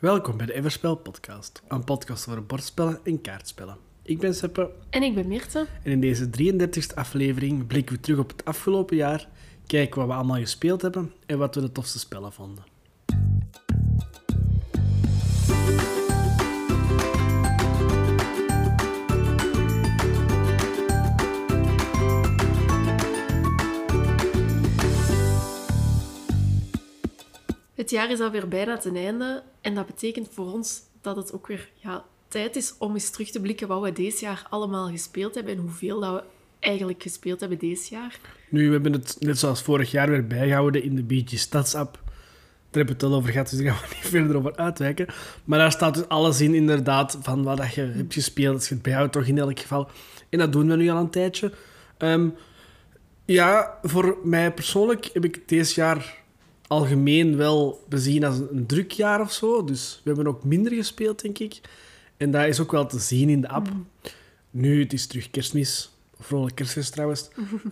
Welkom bij de Everspel podcast, een podcast over bordspellen en kaartspellen. Ik ben Seppe. En ik ben Mirte. En in deze 33e aflevering blikken we terug op het afgelopen jaar, kijken wat we allemaal gespeeld hebben en wat we de tofste spellen vonden. Het jaar is alweer bijna ten einde en dat betekent voor ons dat het ook weer tijd is om eens terug te blikken wat we deze jaar allemaal gespeeld hebben en hoeveel dat we eigenlijk gespeeld hebben deze jaar. Nu, we hebben het net zoals vorig jaar weer bijgehouden in de BG Stats app. Daar hebben we het al over gehad, dus daar gaan we niet verder over uitwijken. Maar daar staat dus alles in, inderdaad, van wat dat je hebt gespeeld. Als je het bijhoudt, toch in elk geval. En dat doen we nu al een tijdje. Voor mij persoonlijk heb ik deze jaar algemeen wel bezien als een druk jaar of zo. Dus we hebben ook minder gespeeld, denk ik. En dat is ook wel te zien in de app. Nu, het is terug Kerstmis. Vrolijk kerstfeest trouwens.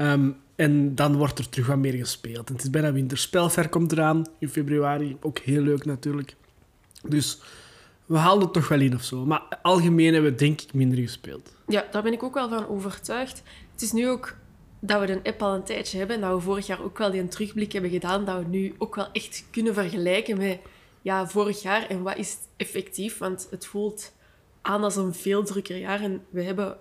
En dan wordt er terug wat meer gespeeld. En het is bijna winterspelfair komt eraan in februari. Ook heel leuk natuurlijk. Dus we halen het toch wel in of zo. Maar algemeen hebben we denk ik minder gespeeld. Ja, daar ben ik ook wel van overtuigd. Het is nu ook dat we de app al een tijdje hebben en dat we vorig jaar ook wel die een terugblik hebben gedaan, dat we nu ook wel echt kunnen vergelijken met vorig jaar en wat is het effectief. Want het voelt aan als een veel drukker jaar en we hebben,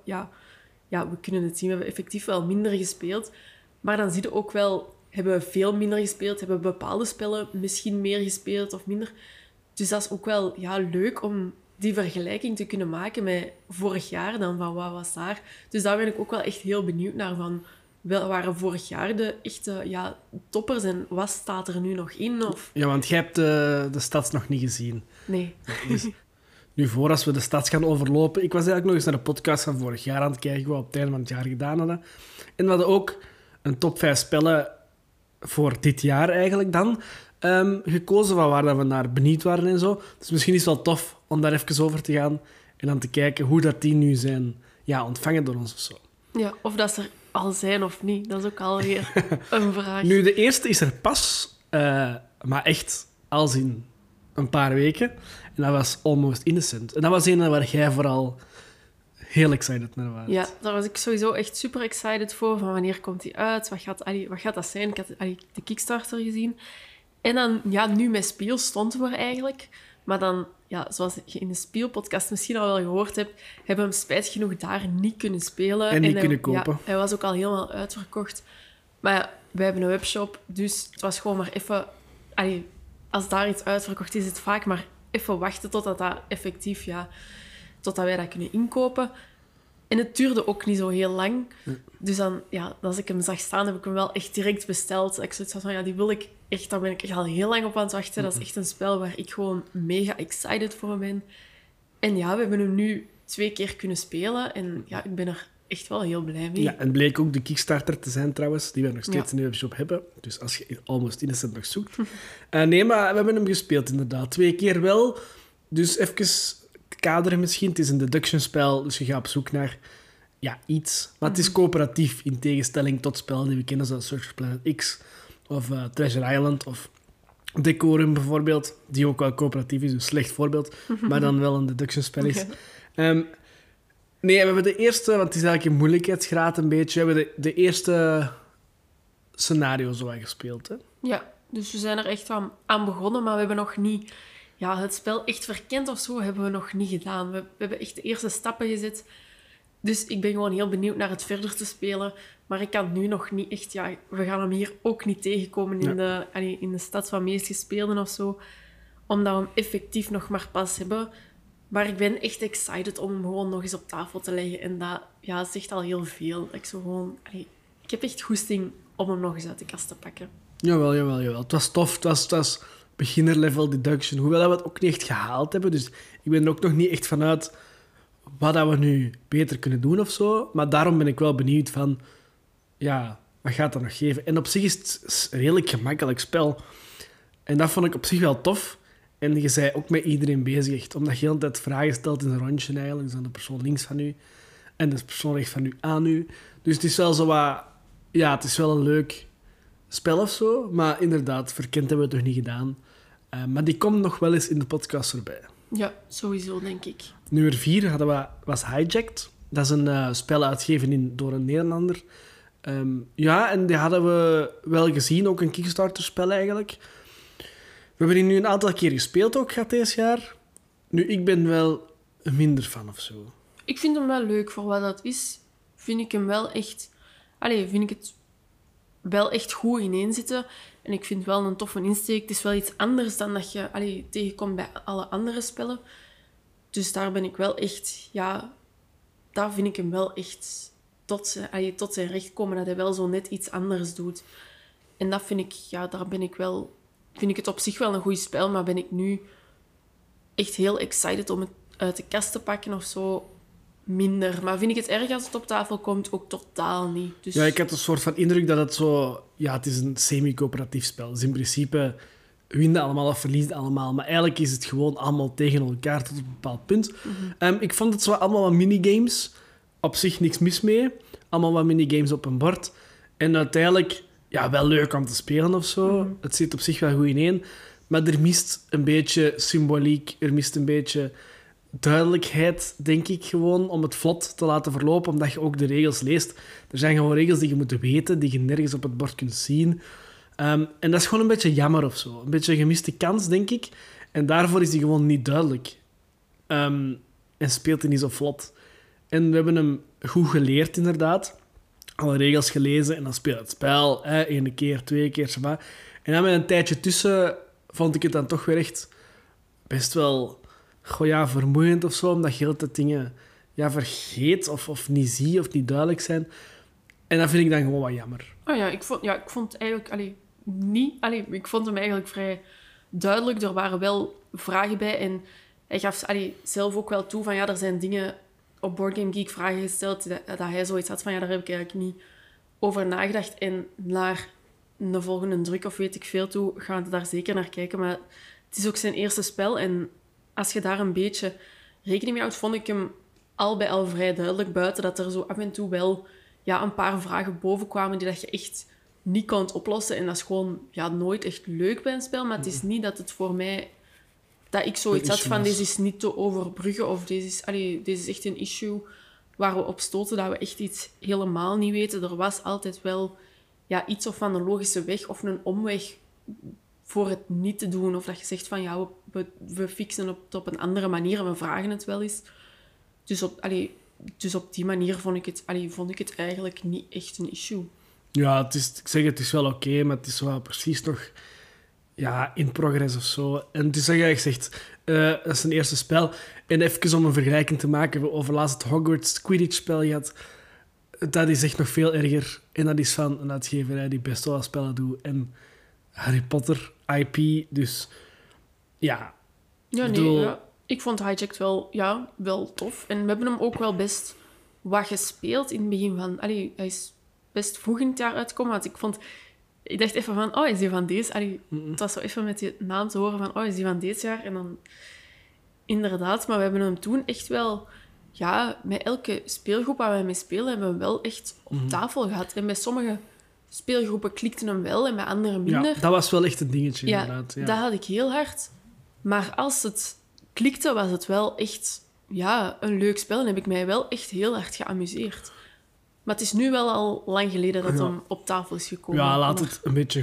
we kunnen het zien, we hebben effectief wel minder gespeeld. Maar dan zie je ook wel, hebben we veel minder gespeeld, hebben we bepaalde spellen misschien meer gespeeld of minder. Dus dat is ook wel leuk om die vergelijking te kunnen maken met vorig jaar dan van wat was daar. Dus daar ben ik ook wel echt heel benieuwd naar van, wel waren vorig jaar de echte toppers en wat staat er nu nog in? Of... Ja, want jij hebt de stats nog niet gezien. Nee. Dus, nu, voor als we de stats gaan overlopen... Ik was eigenlijk nog eens naar de podcast van vorig jaar aan het kijken, wat we op het einde van het jaar gedaan hadden. En we hadden ook een top 5 spellen voor dit jaar eigenlijk dan gekozen, van waar we naar benieuwd waren en zo. Dus misschien is het wel tof om daar even over te gaan en dan te kijken hoe dat die nu zijn ontvangen door ons of zo. Ja, of dat ze er al zijn of niet. Dat is ook alweer een vraag. Nu, de eerste is er pas, maar echt als in een paar weken. En dat was Almost Innocent. En dat was een waar jij vooral heel excited naar was. Ja, daar was ik sowieso echt super excited voor. Van wanneer komt die uit? Wat gaat dat zijn? Ik had de Kickstarter gezien. En dan, nu met Spiel stonden we er eigenlijk. Maar dan, zoals je in de Spiel-podcast misschien al wel gehoord hebt, hebben we hem spijtig genoeg daar niet kunnen spelen. En niet kunnen kopen. Hij was ook al helemaal uitverkocht. Maar wij hebben een webshop, dus het was gewoon maar even... als daar iets uitverkocht is, het vaak maar even wachten totdat dat effectief... totdat wij dat kunnen inkopen. En het duurde ook niet zo heel lang. Dus dan, als ik hem zag staan, heb ik hem wel echt direct besteld. Ik zoiets van, die wil ik echt... Daar ben ik echt al heel lang op aan het wachten. Dat is echt een spel waar ik gewoon mega excited voor ben. En we hebben hem nu 2 keer kunnen spelen. En ik ben er echt wel heel blij mee. Ja, en bleek ook de Kickstarter te zijn trouwens, die we nog steeds in de webshop hebben. Dus als je Almost Innocent nog zoekt. Nee, maar we hebben hem gespeeld inderdaad. 2 keer wel. Dus even kaderen misschien. Het is een deduction-spel, dus je gaat op zoek naar iets. Maar het is coöperatief, in tegenstelling tot spellen die we kennen, zoals Search Planet X of Treasure Island of Decorum bijvoorbeeld, die ook wel coöperatief is, een slecht voorbeeld, maar dan wel een deduction-spel is. Nee, we hebben de eerste, want het is eigenlijk een moeilijkheidsgraad een beetje, we hebben de eerste scenario zo gespeeld. Hè? Ja, dus we zijn er echt aan begonnen, maar we hebben nog niet... het spel echt verkend of zo hebben we nog niet gedaan. We hebben echt de eerste stappen gezet. Dus ik ben gewoon heel benieuwd naar het verder te spelen. Maar ik kan nu nog niet echt... we gaan hem hier ook niet tegenkomen in de stad van meest gespeelden of zo. Omdat we hem effectief nog maar pas hebben. Maar ik ben echt excited om hem gewoon nog eens op tafel te leggen. En dat zegt al heel veel. Ik heb echt goesting om hem nog eens uit de kast te pakken. Jawel. Het was tof. Het was beginner-level deduction. Hoewel we het ook niet echt gehaald hebben. Dus ik ben er ook nog niet echt vanuit wat dat we nu beter kunnen doen of zo. Maar daarom ben ik wel benieuwd van... wat gaat dat nog geven? En op zich is het een redelijk gemakkelijk spel. En dat vond ik op zich wel tof. En je zei ook met iedereen bezig, echt, omdat je de hele tijd vragen stelt in een rondje eigenlijk. Dus aan de persoon links van u. En de persoon rechts van u aan u. Dus het is wel zo wat... het is wel een leuk spel of zo. Maar inderdaad, verkend hebben we het nog niet gedaan. Maar die komt nog wel eens in de podcast erbij. Ja, sowieso, denk ik. Nummer 4 was Hijacked. Dat is een spel uitgegeven door een Nederlander. En die hadden we wel gezien, ook een Kickstarter-spel eigenlijk. We hebben die nu een aantal keer gespeeld ook gehad deze jaar. Nu, ik ben wel minder fan of zo. Ik vind hem wel leuk voor wat dat is. Vind ik hem wel echt... vind ik het wel echt goed ineenzitten. En ik vind wel een toffe insteek. Het is wel iets anders dan dat je tegenkomt bij alle andere spellen. Dus daar ben ik wel echt... Ja, daar vind ik hem wel echt tot zijn recht komen. Dat hij wel zo net iets anders doet. En dat vind ik... Ja, daar ben ik wel... Vind ik het op zich wel een goed spel, maar ben ik nu echt heel excited om het uit de kast te pakken of zo... Minder. Maar vind ik het erg als het op tafel komt? Ook totaal niet. Dus... Ja, ik had een soort van indruk dat het zo... Ja, het is een semi-coöperatief spel. Dus in principe winnen allemaal of verliezen allemaal. Maar eigenlijk is het gewoon allemaal tegen elkaar tot op een bepaald punt. Ik vond het zo allemaal wat minigames. Op zich niks mis mee. Allemaal wat minigames op een bord. En uiteindelijk... Ja, wel leuk om te spelen of zo. Het zit op zich wel goed ineen. Maar er mist een beetje symboliek. Er mist een beetje... duidelijkheid, denk ik gewoon, om het vlot te laten verlopen, omdat je ook de regels leest. Er zijn gewoon regels die je moet weten, die je nergens op het bord kunt zien. En dat is gewoon een beetje jammer of zo. Een beetje een gemiste kans, denk ik. En daarvoor is die gewoon niet duidelijk. En speelt hij niet zo vlot. En we hebben hem goed geleerd, inderdaad. Alle regels gelezen en dan speel je het spel. 1 keer, 2 keer, zo maar. En dan met een tijdje tussen vond ik het dan toch weer echt best wel... vermoeiend of zo, omdat je heel de dingen vergeet of niet zie of niet duidelijk zijn. En dat vind ik dan gewoon wat jammer. Oh ja, ik vond eigenlijk niet... ik vond hem eigenlijk vrij duidelijk. Er waren wel vragen bij en hij gaf zelf ook wel toe van er zijn dingen op Board Game Geek vragen gesteld dat hij zoiets had van daar heb ik eigenlijk niet over nagedacht. En naar een volgende druk of weet ik veel toe gaan we daar zeker naar kijken. Maar het is ook zijn eerste spel en als je daar een beetje rekening mee houdt, vond ik hem al bij al vrij duidelijk buiten dat er zo af en toe wel een paar vragen boven kwamen die dat je echt niet kon oplossen. En dat is gewoon nooit echt leuk bij een spel, maar het is niet dat het voor mij... Dat ik zoiets had van, deze is niet te overbruggen of deze is echt een issue waar we op stoten dat we echt iets helemaal niet weten. Er was altijd wel iets of van een logische weg of een omweg voor het niet te doen. Of dat je zegt van, we fixen het op een andere manier en we vragen het wel eens. Dus op die manier vond ik het eigenlijk niet echt een issue. Ja, het is wel oké, maar het is wel precies nog in progress of zo. En het is eigenlijk gezegd, dat is een eerste spel. En even om een vergelijking te maken, over laatst het Hogwarts Quidditch-spel gehad. Dat is echt nog veel erger. En dat is van een uitgeverij die best wel spellen doet. En Harry Potter, IP, dus ja. Ik vond Hijacked wel tof. En we hebben hem ook wel best wat gespeeld in het begin van... hij is best vroeg in het jaar uitgekomen, want ik dacht even van, is die van deze? Het was zo even met die naam te horen van, is die van dit jaar? En dan inderdaad, maar we hebben hem toen echt wel... met elke speelgroep waar wij mee spelen, hebben we hem wel echt op tafel gehad. En bij sommige speelgroepen klikten hem wel en bij andere minder. Ja, dat was wel echt een dingetje, inderdaad. Ja, dat had ik heel hard. Maar als het klikte, was het wel echt een leuk spel. En heb ik mij wel echt heel hard geamuseerd. Maar het is nu wel al lang geleden dat hem op tafel is gekomen. Ja, laat het een beetje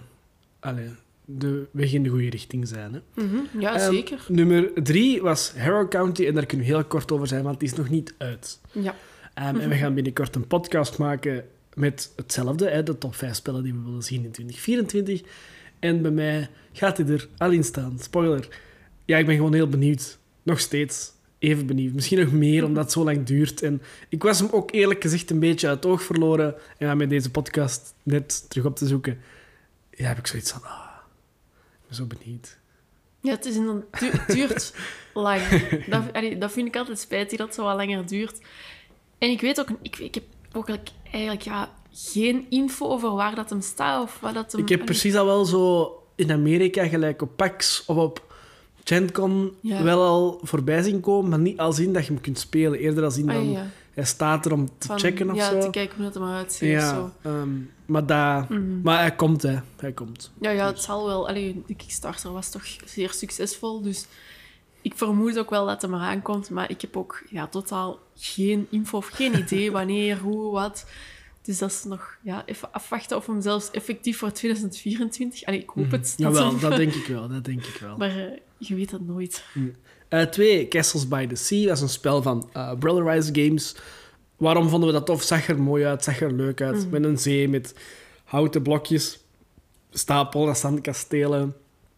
de weg in de goede richting zijn. Hè. Ja, zeker. Nummer 3 was Harrow County. En daar kunnen we heel kort over zijn, want die is nog niet uit. Ja. En we gaan binnenkort een podcast maken met hetzelfde. De top 5 spellen die we willen zien in 2024. En bij mij gaat hij er al in staan. Spoiler. Ja, ik ben gewoon heel benieuwd. Nog steeds even benieuwd. Misschien nog meer, omdat het zo lang duurt. En ik was hem ook eerlijk gezegd een beetje uit het oog verloren. En met deze podcast net terug op te zoeken, heb ik zoiets van... ik ben zo benieuwd. Ja, het duurt lang. Dat vind ik altijd spijtig, dat het zo wat langer duurt. En ik weet ook... Ik heb ook eigenlijk geen info over waar dat hem staat of wat dat hem... Ik heb precies al wel zo in Amerika, gelijk op PAX of op Gen Con, wel al voorbij zien komen, maar niet als in dat je hem kunt spelen. Eerder als in dan... Hij staat er om te checken of zo. Ja, te kijken hoe het er maar uitziet of zo. Maar hij komt, hè. Hij komt. Ja, het zal wel. Allee, de Kickstarter was toch zeer succesvol, dus ik vermoed ook wel dat het er maar aankomt, maar ik heb ook totaal geen info of geen idee wanneer, hoe, wat. Dus dat is nog even afwachten of hem zelfs effectief voor 2024... Allee, ik hoop het. Jawel, dat denk ik wel. Maar je weet het nooit. 2, Castles by the Sea. Dat is een spel van Brother Rise Games. Waarom vonden we dat tof? Zag er mooi uit, zag er leuk uit. Met een zee, met houten blokjes, stapel, zandkastelen.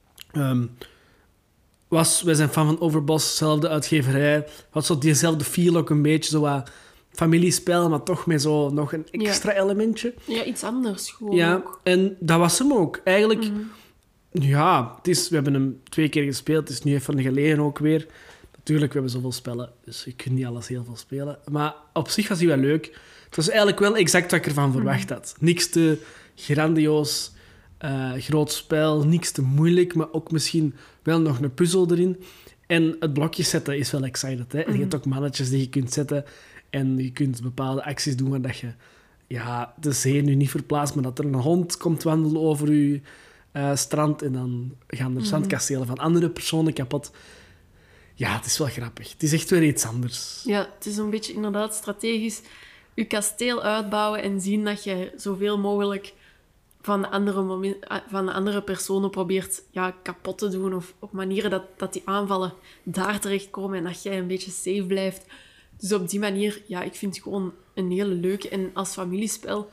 We zijn fan van Overboss, dezelfde uitgeverij. Had zo diezelfde feel ook een beetje, zo wat familiespel, maar toch met zo nog een extra elementje. Ja, iets anders gewoon ook. En dat was hem ook. Eigenlijk, we hebben hem 2 keer gespeeld. Het is nu even geleden ook weer. Natuurlijk, we hebben zoveel spellen, dus je kunt niet alles heel veel spelen. Maar op zich was hij wel leuk. Het was eigenlijk wel exact wat ik ervan verwacht had. Niks te grandioos, groot spel, niks te moeilijk, maar ook misschien wel nog een puzzel erin. En het blokje zetten is wel excited. Hè? En je hebt ook mannetjes die je kunt zetten en je kunt bepaalde acties doen waar dat je de zee nu niet verplaatst, maar dat er een hond komt wandelen over je strand en dan gaan er zandkastelen van andere personen kapot. Ja, het is wel grappig. Het is echt weer iets anders. Ja, het is een beetje inderdaad strategisch je kasteel uitbouwen en zien dat je zoveel mogelijk van de andere personen probeert kapot te doen of op manieren dat die aanvallen daar terechtkomen en dat jij een beetje safe blijft. Dus op die manier, ik vind het gewoon een hele leuke en als familiespel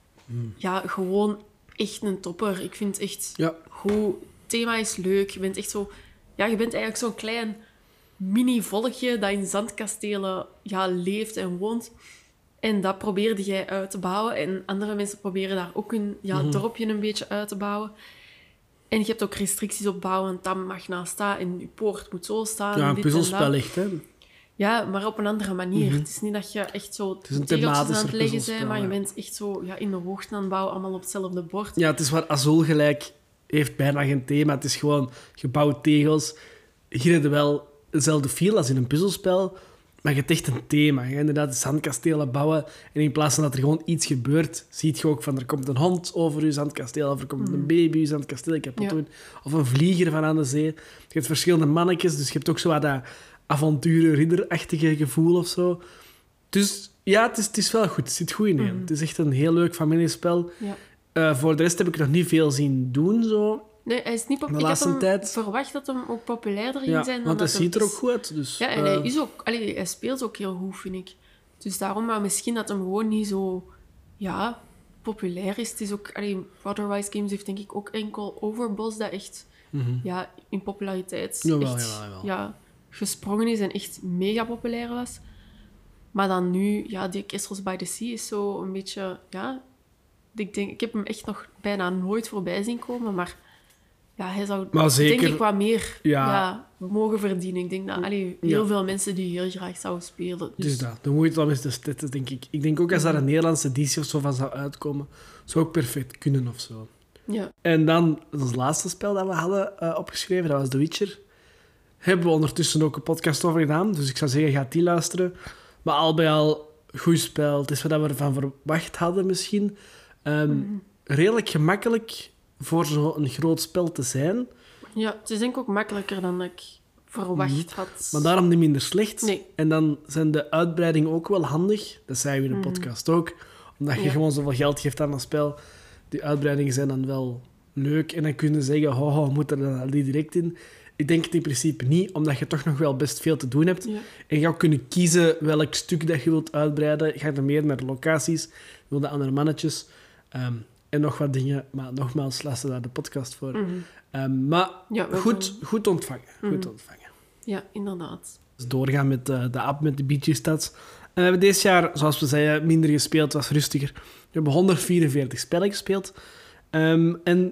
gewoon echt een topper. Ik vind echt goed. Het thema is leuk. Je bent echt zo... Ja, je bent eigenlijk zo'n klein mini-volkje dat in zandkastelen leeft en woont. En dat probeerde jij uit te bouwen. En andere mensen proberen daar ook een dorpje een beetje uit te bouwen. En je hebt ook restricties op bouwen. Een tam mag naast staan en je poort moet zo staan. Ja, een puzzelspel echt, hè? Ja, maar op een andere manier. Het is niet dat je echt zo tegeltjes aan het leggen bent, maar je bent echt zo in de hoogte aan het bouwen, allemaal op hetzelfde bord. Ja, het is waar Azul gelijk heeft bijna geen thema. Het is gewoon gebouwd tegels. Hier heb je wel hetzelfde feel als in een puzzelspel, maar je hebt echt een thema. Je inderdaad zandkastelen bouwen en in plaats van dat er gewoon iets gebeurt, zie je ook van er komt een hond over je zandkasteel of er komt een baby je zandkasteel kapot doen. Of een vlieger van aan de zee. Je hebt verschillende mannetjes, dus je hebt ook zo wat dat avonturen-ridderachtige gevoel of zo. Dus het is wel goed. Het zit goed in. Het is echt een heel leuk familiespel. Ja. Voor de rest heb ik nog niet veel zien doen, zo. Nee, hij is niet populair. Ik had verwacht dat hem ook populairder ging zijn. Want hij ziet er ook goed uit. Dus, en hij is ook... hij speelt ook heel goed, vind ik. Dus daarom, maar misschien dat hem gewoon niet zo... populair is. Het is ook... Brother Rise Games heeft denk ik ook enkel Overboss dat echt... in populariteit... Jawel. Gesprongen is en echt mega populair was. Maar dan nu... die Castles by the Sea is zo een beetje... ik heb hem echt nog bijna nooit voorbij zien komen, maar... hij zou denk ik wat meer mogen verdienen. Ik denk dat heel veel mensen die heel graag zouden spelen. Dus dat. De moeite om eens te stetten, denk ik. Ik denk ook als daar een Nederlandse editie of zo van zou uitkomen, zou ook perfect kunnen of zo. Ja. En dan, het laatste spel dat we hadden opgeschreven, dat was The Witcher. Hebben we ondertussen ook een podcast over gedaan, dus ik zou zeggen, ga die luisteren. Maar al bij al, goed spel. Het is wat we ervan verwacht hadden misschien. Redelijk gemakkelijk voor zo'n groot spel te zijn. Ja, het is denk ik ook makkelijker dan ik verwacht had. Maar daarom niet minder slecht. Nee. En dan zijn de uitbreidingen ook wel handig. Dat zei we in de podcast ook. Omdat je gewoon zoveel geld geeft aan een spel. Die uitbreidingen zijn dan wel leuk. En dan kunnen ze zeggen, we moeten er dan die direct in. Ik denk het in principe niet, omdat je toch nog wel best veel te doen hebt. Ja. En je gaat kunnen kiezen welk stuk dat je wilt uitbreiden. Je gaat er meer naar de locaties, je wil de andere mannetjes. En nog wat dingen. Maar nogmaals, luister daar de podcast voor. Maar goed ontvangen. Goed ontvangen. Ja, inderdaad. Dus doorgaan met de app, met de BG Stats. En we hebben dit jaar, zoals we zeiden, minder gespeeld. Het was rustiger. We hebben 144 spellen gespeeld. En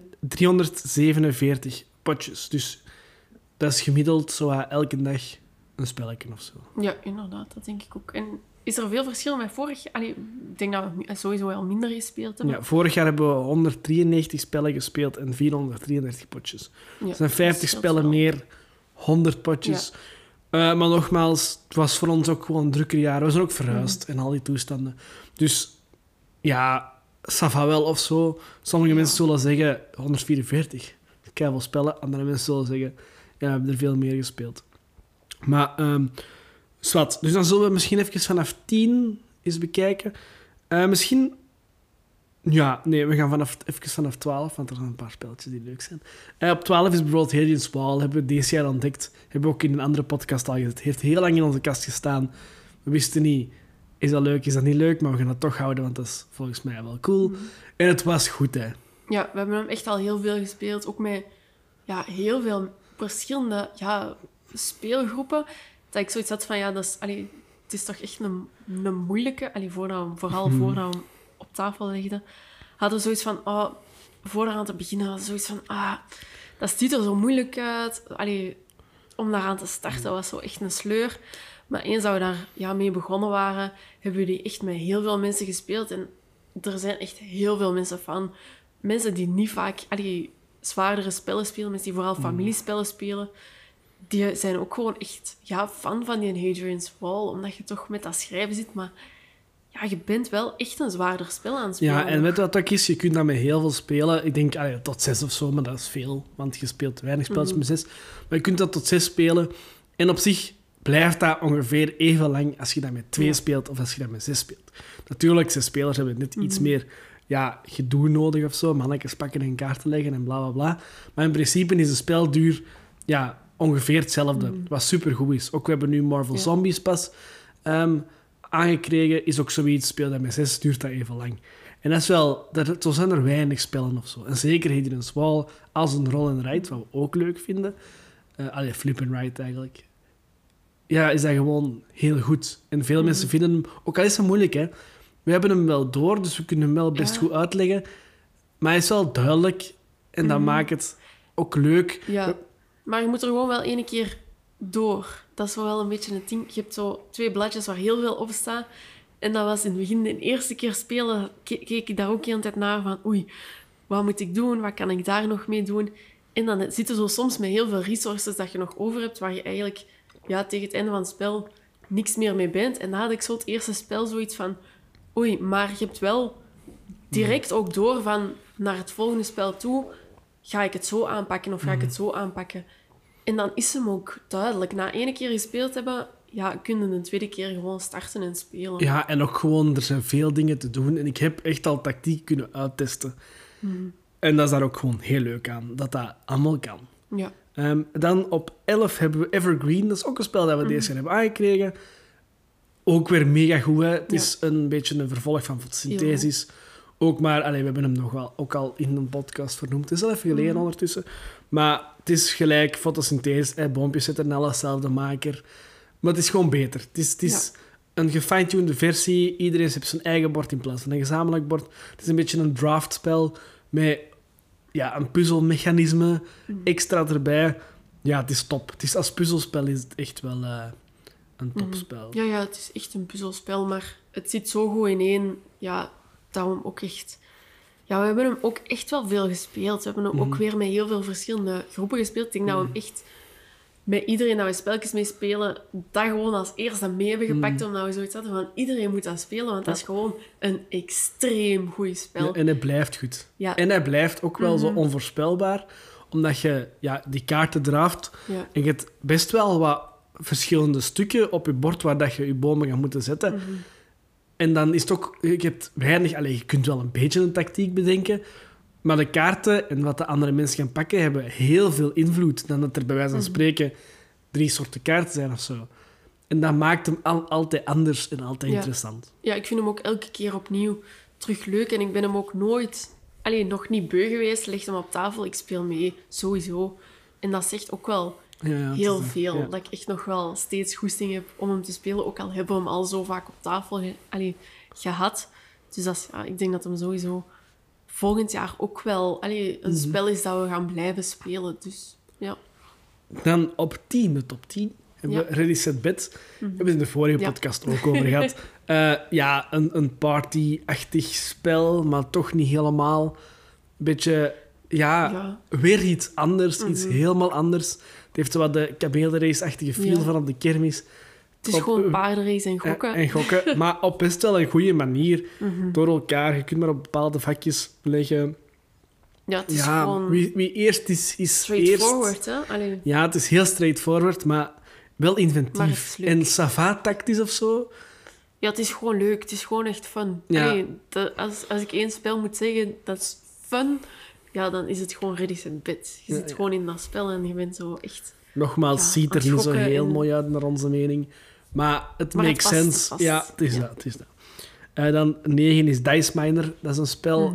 347 potjes. Dus dat is gemiddeld zo elke dag een spelletje of zo. Ja, inderdaad. Dat denk ik ook. En is er veel verschil met vorig jaar? Ik denk dat we sowieso wel minder gespeeld hebben. Ja, vorig jaar hebben we 193 spellen gespeeld en 433 potjes. Ja, er zijn 50 spellen meer, 100 potjes. Maar nogmaals, het was voor ons ook gewoon een drukker jaar. We zijn ook verhuisd en al die toestanden. Dus ja, ça va wel of zo. Sommige mensen zullen zeggen 144. Keiveel spellen. Andere mensen zullen zeggen, ja, we hebben er veel meer gespeeld. Maar, zwart. Dus dan zullen we misschien even vanaf 10 eens bekijken. Misschien... Ja, nee, we gaan even vanaf 12, want er zijn een paar spelletjes die leuk zijn. Op 12 is bijvoorbeeld Hadrian's Wall, hebben we deze jaar ontdekt. Hebben we ook in een andere podcast al gezet. Het heeft heel lang in onze kast gestaan. We wisten niet, is dat leuk, is dat niet leuk, maar we gaan het toch houden, want dat is volgens mij wel cool. En het was goed, hè. Ja, we hebben hem echt al heel veel gespeeld. Ook met heel veel verschillende speelgroepen. Dat ik zoiets had van, ja, dat is, het is toch echt een moeilijke... vooral voordat we hem op tafel legden, hadden we zoiets van... voordat aan te beginnen hadden we zoiets van... dat ziet er zo moeilijk uit. Om daaraan te starten was zo echt een sleur. Maar eens dat we daar mee begonnen waren, hebben we die echt met heel veel mensen gespeeld. En er zijn echt heel veel mensen van. Mensen die niet vaak zwaardere spellen spelen, mensen die vooral familiespellen spelen, die zijn ook gewoon echt fan van die Hadrian's Wall, omdat je toch met dat schrijven zit, maar je bent wel echt een zwaarder spel aan het spelen. Ja, en weet je wat dat is? Je kunt dat met heel veel spelen. Ik denk tot 6 of zo, maar dat is veel, want je speelt weinig spelletjes met 6. Maar je kunt dat tot 6 spelen. En op zich blijft dat ongeveer even lang als je dat met 2 speelt of als je dat met 6 speelt. Natuurlijk, 6 spelers hebben net iets meer gedoe nodig of zo. Mannetjes pakken en kaarten leggen en bla bla bla. Maar in principe is de spelduur ongeveer hetzelfde. Wat supergoed is. Ook we hebben nu Marvel Zombies pas aangekregen. Is ook zoiets, speel dat met 6, duurt dat even lang. En dat is wel... Zo zijn er weinig spellen of zo. En zeker Hadrian's Wall als een roll and write, wat we ook leuk vinden. Flip and write eigenlijk. Ja, is dat gewoon heel goed. En veel mensen vinden hem... Ook al is het moeilijk, hè. We hebben hem wel door, dus we kunnen hem wel best goed uitleggen. Maar hij is wel duidelijk. En dat maakt het ook leuk. Ja, maar je moet er gewoon wel 1 keer door. Dat is wel een beetje het ding. Je hebt zo 2 bladjes waar heel veel op staat. En dat was in het begin de eerste keer spelen. Keek ik daar ook de hele tijd naar van... Oei, wat moet ik doen? Wat kan ik daar nog mee doen? En dan zit je zo soms met heel veel resources dat je nog over hebt, waar je eigenlijk tegen het einde van het spel niks meer mee bent. En dan had ik zo het eerste spel zoiets van... Oei, maar je hebt wel direct ook door van naar het volgende spel toe. Ga ik het zo aanpakken of ga ik het zo aanpakken? En dan is hem ook duidelijk. Na 1 keer gespeeld hebben, kun je de 2e keer gewoon starten en spelen. Ja, en ook gewoon, er zijn veel dingen te doen. En ik heb echt al tactiek kunnen uittesten. En dat is daar ook gewoon heel leuk aan, dat dat allemaal kan. Ja. Dan op 11 hebben we Evergreen. Dat is ook een spel dat we deze jaar hebben aangekregen. Ook weer mega goed, hè. Het is een beetje een vervolg van Fotosynthesis. Ook maar, we hebben hem nog wel ook al in een podcast vernoemd. Het is al even geleden ondertussen. Maar het is gelijk Fotosynthesis. Boompjes zitten en alles, dezelfde maker. Maar het is gewoon beter. Het is een gefine-tuned versie. Iedereen heeft zijn eigen bord in plaats van een gezamenlijk bord. Het is een beetje een draftspel met een puzzelmechanisme extra erbij. Ja, het is top. Het is, als puzzelspel is het echt wel een topspel. Ja, het is echt een puzzelspel, maar het zit zo goed ineen. Ja, dat we hem ook echt... Ja, we hebben hem ook echt wel veel gespeeld. We hebben hem ook weer met heel veel verschillende groepen gespeeld. Ik denk dat we hem echt met iedereen dat we spelletjes mee spelen, dat gewoon als eerste mee hebben gepakt, omdat we zoiets hadden van iedereen moet dat spelen, want dat is gewoon een extreem goed spel. Ja, en hij blijft goed. Ja. En hij blijft ook wel zo onvoorspelbaar, omdat je die kaarten draaft en je hebt best wel wat verschillende stukken op je bord waar dat je je bomen gaat moeten zetten. En dan is het ook... Je hebt weinig... je kunt wel een beetje een tactiek bedenken, maar de kaarten en wat de andere mensen gaan pakken hebben heel veel invloed dan dat er bij wijze van spreken 3 soorten kaarten zijn of zo. En dat maakt hem altijd anders en altijd interessant. Ja, ik vind hem ook elke keer opnieuw terug leuk. En ik ben hem ook nooit... nog niet beu geweest. Leg hem op tafel, ik speel mee. Sowieso. En dat zegt ook wel heel veel. Ja. Dat ik echt nog wel steeds goesting heb om hem te spelen. Ook al hebben we hem al zo vaak op tafel gehad. Dus dat is, ik denk dat hem sowieso volgend jaar ook wel een spel is dat we gaan blijven spelen. Dus, ja. Dan op 10, de top 10, hebben we Ready, Set, Bet. We hebben het in de vorige podcast ook over gehad. Een party-achtig spel, maar toch niet helemaal. Een beetje, weer iets anders, iets helemaal anders. heeft zo wat de kabeelrace-achtige feel van op de kermis. Het is gewoon paardenrace en gokken. En gokken, maar op best wel een goede manier. Door elkaar. Je kunt maar op bepaalde vakjes leggen. Ja, het is gewoon... Wie eerst is straightforward, hè? Allee. Ja, het is heel straightforward, maar wel inventief. En sava-tactisch of zo. Ja, het is gewoon leuk. Het is gewoon echt fun. Ja. Allee, als ik één spel moet zeggen, dat is fun, ja, dan is het gewoon Ready Set Bet. Je zit gewoon in dat spel en je bent zo echt... Nogmaals, ziet er niet zo heel mooi uit naar onze mening. Maar het makes sense. Ja, het is dat. Het is dat. Dan 9 is Dice Miner. Dat is een spel...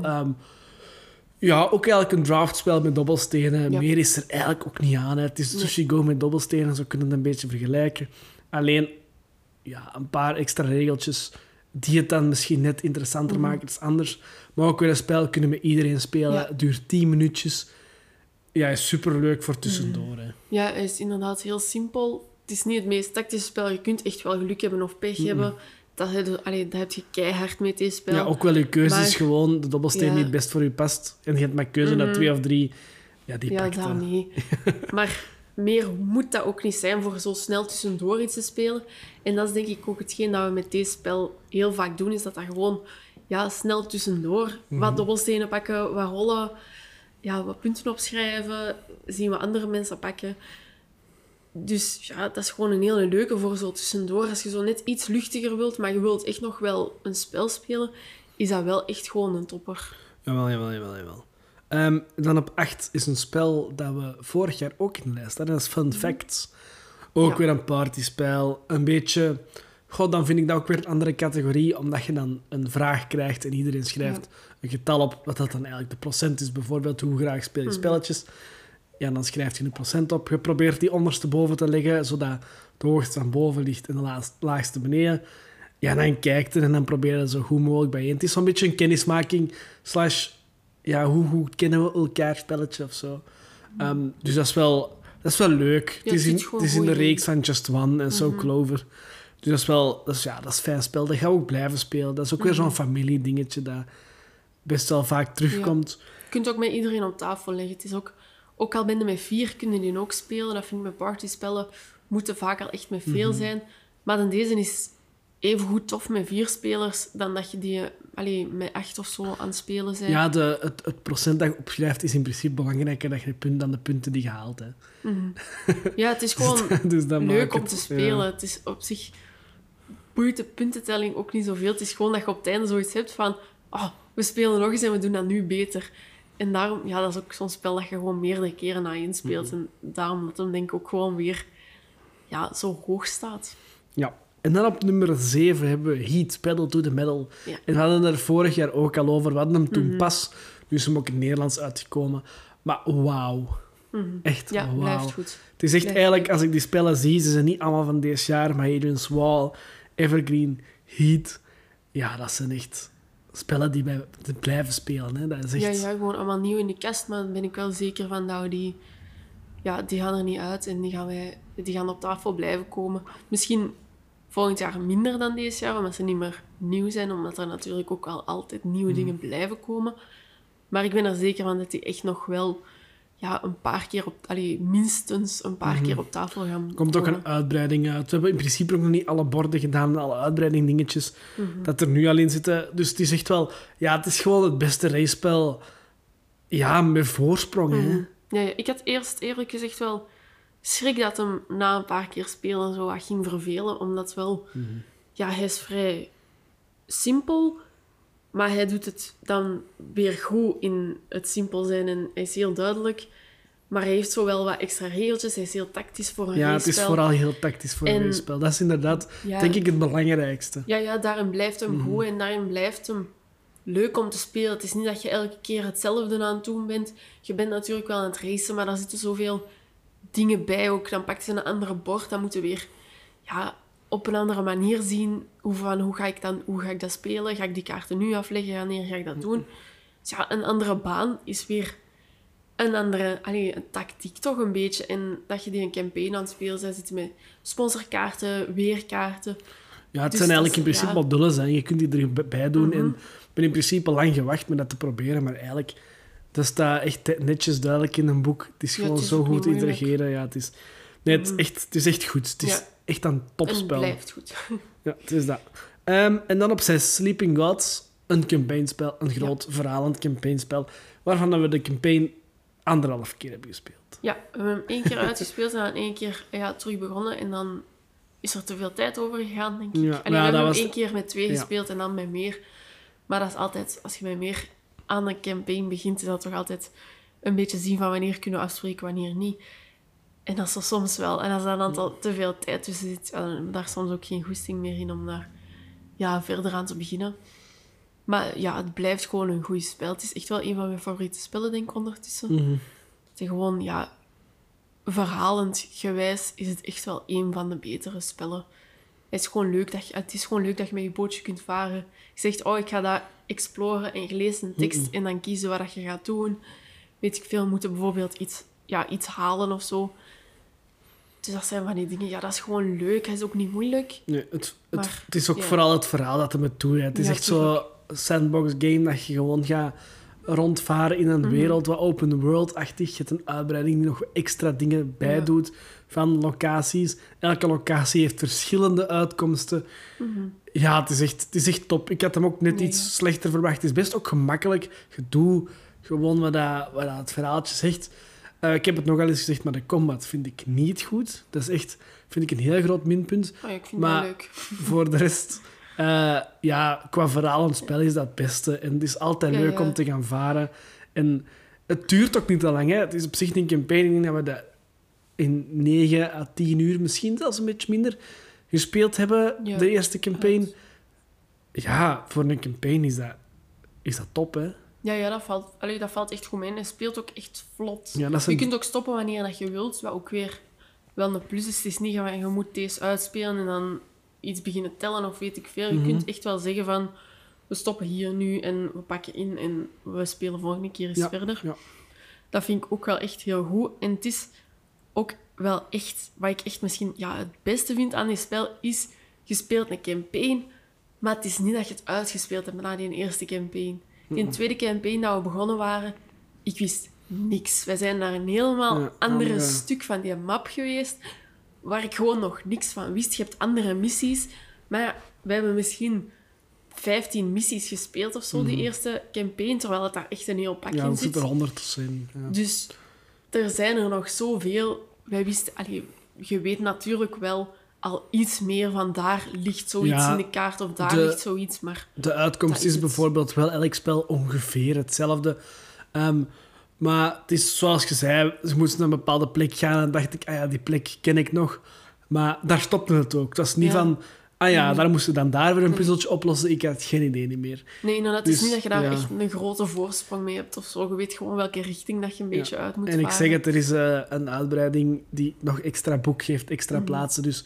ook eigenlijk een draftspel met dobbelstenen. Meer is er eigenlijk ook niet aan. Hè. Het is Sushi Go met dobbelstenen. Zo kunnen we het een beetje vergelijken. Alleen, een paar extra regeltjes die het dan misschien net interessanter maken. Het is anders. Maar ook weer een spel kunnen we iedereen spelen. Het duurt 10 minuutjes. Ja, is superleuk voor tussendoor. Hè. Ja, het is inderdaad heel simpel. Het is niet het meest tactische spel. Je kunt echt wel geluk hebben of pech hebben. Dat heb je keihard met deze spel. Ja, ook wel je keuze is gewoon de dobbelsteen die het best voor je past. En je hebt maar keuze naar 2 of 3. Ja, die pakt dat. Daarmee. Maar meer moet dat ook niet zijn voor zo snel tussendoor iets te spelen. En dat is denk ik ook hetgeen dat we met deze spel heel vaak doen, is dat gewoon snel tussendoor wat dobbelstenen pakken, wat rollen, wat punten opschrijven, zien wat andere mensen pakken. Dus dat is gewoon een hele leuke voor zo tussendoor. Als je zo net iets luchtiger wilt, maar je wilt echt nog wel een spel spelen, is dat wel echt gewoon een topper. Jawel. Dan op 8 is een spel dat we vorig jaar ook in de lijst hadden. Dat is Fun Facts. Ook weer een partyspel. Een beetje... dan vind ik dat ook weer een andere categorie, omdat je dan een vraag krijgt en iedereen schrijft een getal op, wat dat dan eigenlijk de procent is. Bijvoorbeeld, hoe graag speel je spelletjes? Ja, dan schrijf je een procent op. Je probeert die ondersteboven te leggen, zodat de hoogste van boven ligt en de laagste beneden. Ja, dan kijkt er en dan probeer je dat zo goed mogelijk bijeen. Het is zo'n beetje een kennismaking / hoe goed kennen we elkaar spelletje of zo. Dus dat is wel leuk. Ja, het is in de reeks van Just One en So Clover. Dus dat is een fijn spel. Dat gaan we ook blijven spelen. Dat is ook weer zo'n familiedingetje dat best wel vaak terugkomt. Ja. Je kunt ook met iedereen op tafel leggen. Het is ook al ben je met 4, kunnen die ook spelen. Dat vind ik met partyspellen moeten vaak al echt met veel zijn. Maar dan deze is even goed tof met 4 spelers dan dat je die met 8 of zo aan het spelen bent. Ja, het procent dat je opschrijft is in principe belangrijker dan de punten die je haalt. Hè. Ja, het is gewoon dus leuk om te spelen. Ja. Het is op zich... boeit de puntentelling ook niet zoveel. Het is gewoon dat je op het einde zoiets hebt van... we spelen nog eens en we doen dat nu beter. En daarom... Ja, dat is ook zo'n spel dat je gewoon meerdere keren na inspeelt. En daarom dat hem denk ik ook gewoon weer zo hoog staat. Ja. En dan op nummer 7 hebben we Heat, Pedal to the Metal. Ja. En we hadden er vorig jaar ook al over. We hadden hem toen pas. Nu is hem ook in het Nederlands uitgekomen. Maar wauw. Echt wauw. Blijft goed. Het is echt eigenlijk, als ik die spellen zie, ze zijn niet allemaal van deze jaar, maar Hadrian's Wall, Evergreen, Heat. Ja, dat zijn echt spellen die wij blijven spelen. Hè. Dat is echt... Ja, gewoon allemaal nieuw in de kast, maar dan ben ik wel zeker van dat we die... Ja, die gaan er niet uit en die gaan op tafel blijven komen. Misschien volgend jaar minder dan deze jaar, omdat ze niet meer nieuw zijn, omdat er natuurlijk ook al altijd nieuwe dingen blijven komen. Maar ik ben er zeker van dat die echt nog wel een paar keer minstens een paar keer op tafel gaan Er komt ook een uitbreiding uit. We hebben in principe ook nog niet alle borden gedaan, alle uitbreiding dingetjes dat er nu al in zitten. Dus het is echt wel... Ja, het is gewoon het beste racespel. Ja, met voorsprong, hè. Ja, ik had eerst eerlijk gezegd wel schrik dat hem na een paar keer spelen zo wat ging vervelen, omdat wel... hij is vrij simpel, maar hij doet het dan weer goed in het simpel zijn en hij is heel duidelijk. Maar hij heeft zo wel wat extra regeltjes, hij is heel tactisch voor een racespel. Ja, het is vooral heel tactisch voor een racespel. Dat is inderdaad, denk ik, het belangrijkste. Ja, daarin blijft hem goed en daarin blijft hem leuk om te spelen. Het is niet dat je elke keer hetzelfde aan het doen bent. Je bent natuurlijk wel aan het racen, maar daar zitten zoveel dingen bij ook. Dan pakt ze een andere bord, dan moeten we weer op een andere manier zien hoe ga ik dat spelen? Ga ik die kaarten nu afleggen? Wanneer ga ik dat doen? Dus een andere baan is weer een andere een tactiek toch een beetje. En dat je die een campaign aan het spelen bent, zitten met sponsorkaarten, weerkaarten. Ja, het zijn eigenlijk in principe modules. Hè. Je kunt die erbij doen. En ik ben in principe lang gewacht met dat te proberen, maar eigenlijk Dat staat echt netjes duidelijk in een boek. Het is Ja, gewoon het is zo ook goed niet te moeilijk. interageren. Ja, het is echt goed. Het is Ja. echt een En topspel. het blijft goed. Ja, het is dat. En dan op 6, Sleeping Gods. Een campaignspel, een groot verhalend campaignspel, waarvan we de campaign 1,5 keer hebben gespeeld. Ja, we hebben hem 1 keer uitgespeeld en dan 1 keer terug begonnen. En dan is er te veel tijd over gegaan, denk ik. Ja, Allee, we dat hebben was- hem 1 keer met 2 ja. gespeeld en dan met meer. Maar dat is altijd, als je met meer aan een campaign begint, is dat toch altijd een beetje zien van wanneer kunnen we afspreken, wanneer niet. En dat is er soms wel. En als er dan al te veel tijd tussen zit, dan heb ik daar soms ook geen goesting meer in om daar verder aan te beginnen. Maar ja, het blijft gewoon een goed spel. Het is echt wel een van mijn favoriete spellen, denk ik, ondertussen. Mhm. Het is gewoon, verhalend gewijs is het echt wel een van de betere spellen. Het is gewoon leuk dat je met je bootje kunt varen. Je zegt, ik ga dat exploren en je leest een tekst en dan kiezen wat dat je gaat doen. Weet ik veel, moeten bijvoorbeeld iets halen of zo. Dus dat zijn van die dingen, dat is gewoon leuk. Het is ook niet moeilijk. Nee, Maar, het is ook ja. vooral het verhaal dat hem het doet. Het is Ja, echt zo'n sandbox game dat je gewoon gaat rondvaren in een wereld wat open world-achtig. Je hebt een uitbreiding die nog extra dingen bij doet van locaties. Elke locatie heeft verschillende uitkomsten. Ja, het is echt top. Ik had hem ook net iets slechter verwacht. Het is best ook gemakkelijk. Je doet gewoon wat het verhaaltje zegt. Ik heb het nogal eens gezegd, maar de combat vind ik niet goed. Dat is echt, vind ik, een heel groot minpunt. Oh ja, ik vind Maar dat leuk. voor de rest, qua verhalend spel is dat het beste. En het is altijd leuk om te gaan varen. En het duurt ook niet te lang. Hè. Het is op zich een campaign. Ik denk dat we dat in 9 à 10 uur, misschien zelfs een beetje minder, gespeeld hebben. Ja. De eerste campaign. Ja, voor een campaign is dat top, hè. Ja, dat valt echt goed mee. En hij speelt ook echt vlot. Ja, dat is Je een- kunt ook stoppen wanneer dat je wilt, wat ook weer wel een plus is. Het is niet van, je moet deze uitspelen en dan iets beginnen tellen of weet ik veel. Je kunt echt wel zeggen van, we stoppen hier nu en we pakken in en we spelen volgende keer eens verder. Ja. Dat vind ik ook wel echt heel goed. En het is ook wel echt, wat ik echt misschien het beste vind aan dit spel, is, je speelt een campaign, maar het is niet dat je het uitgespeeld hebt na die eerste campaign. Die tweede campaign dat we begonnen waren, ik wist niks. Wij zijn naar een helemaal andere stuk van die map geweest, waar ik gewoon nog niks van wist. Je hebt andere missies, maar we hebben misschien 15 missies gespeeld of zo, die eerste campaign, terwijl het daar echt een heel pak Ja, in het zit zit. er 100 in. Ja. Dus er zijn er nog zoveel. Wij wisten, je weet natuurlijk wel al iets meer van daar ligt zoiets Ja, in de kaart of daar ligt zoiets, maar De uitkomst Dat is is het. bijvoorbeeld wel elk spel ongeveer hetzelfde. Maar het is zoals je zei, ze moesten naar een bepaalde plek gaan en dacht ik, die plek ken ik nog. Maar daar stopte het ook. Dat is niet van, daar moesten we dan daar weer een puzzeltje oplossen. Ik had geen idee niet meer. nee, inderdaad, het is Dus, niet dat je daar ja. echt een grote voorsprong mee hebt of zo. Je weet gewoon welke richting dat je een beetje uit moet En ik varen. zeg het, er is een uitbreiding die nog extra boek geeft, extra plaatsen. Dus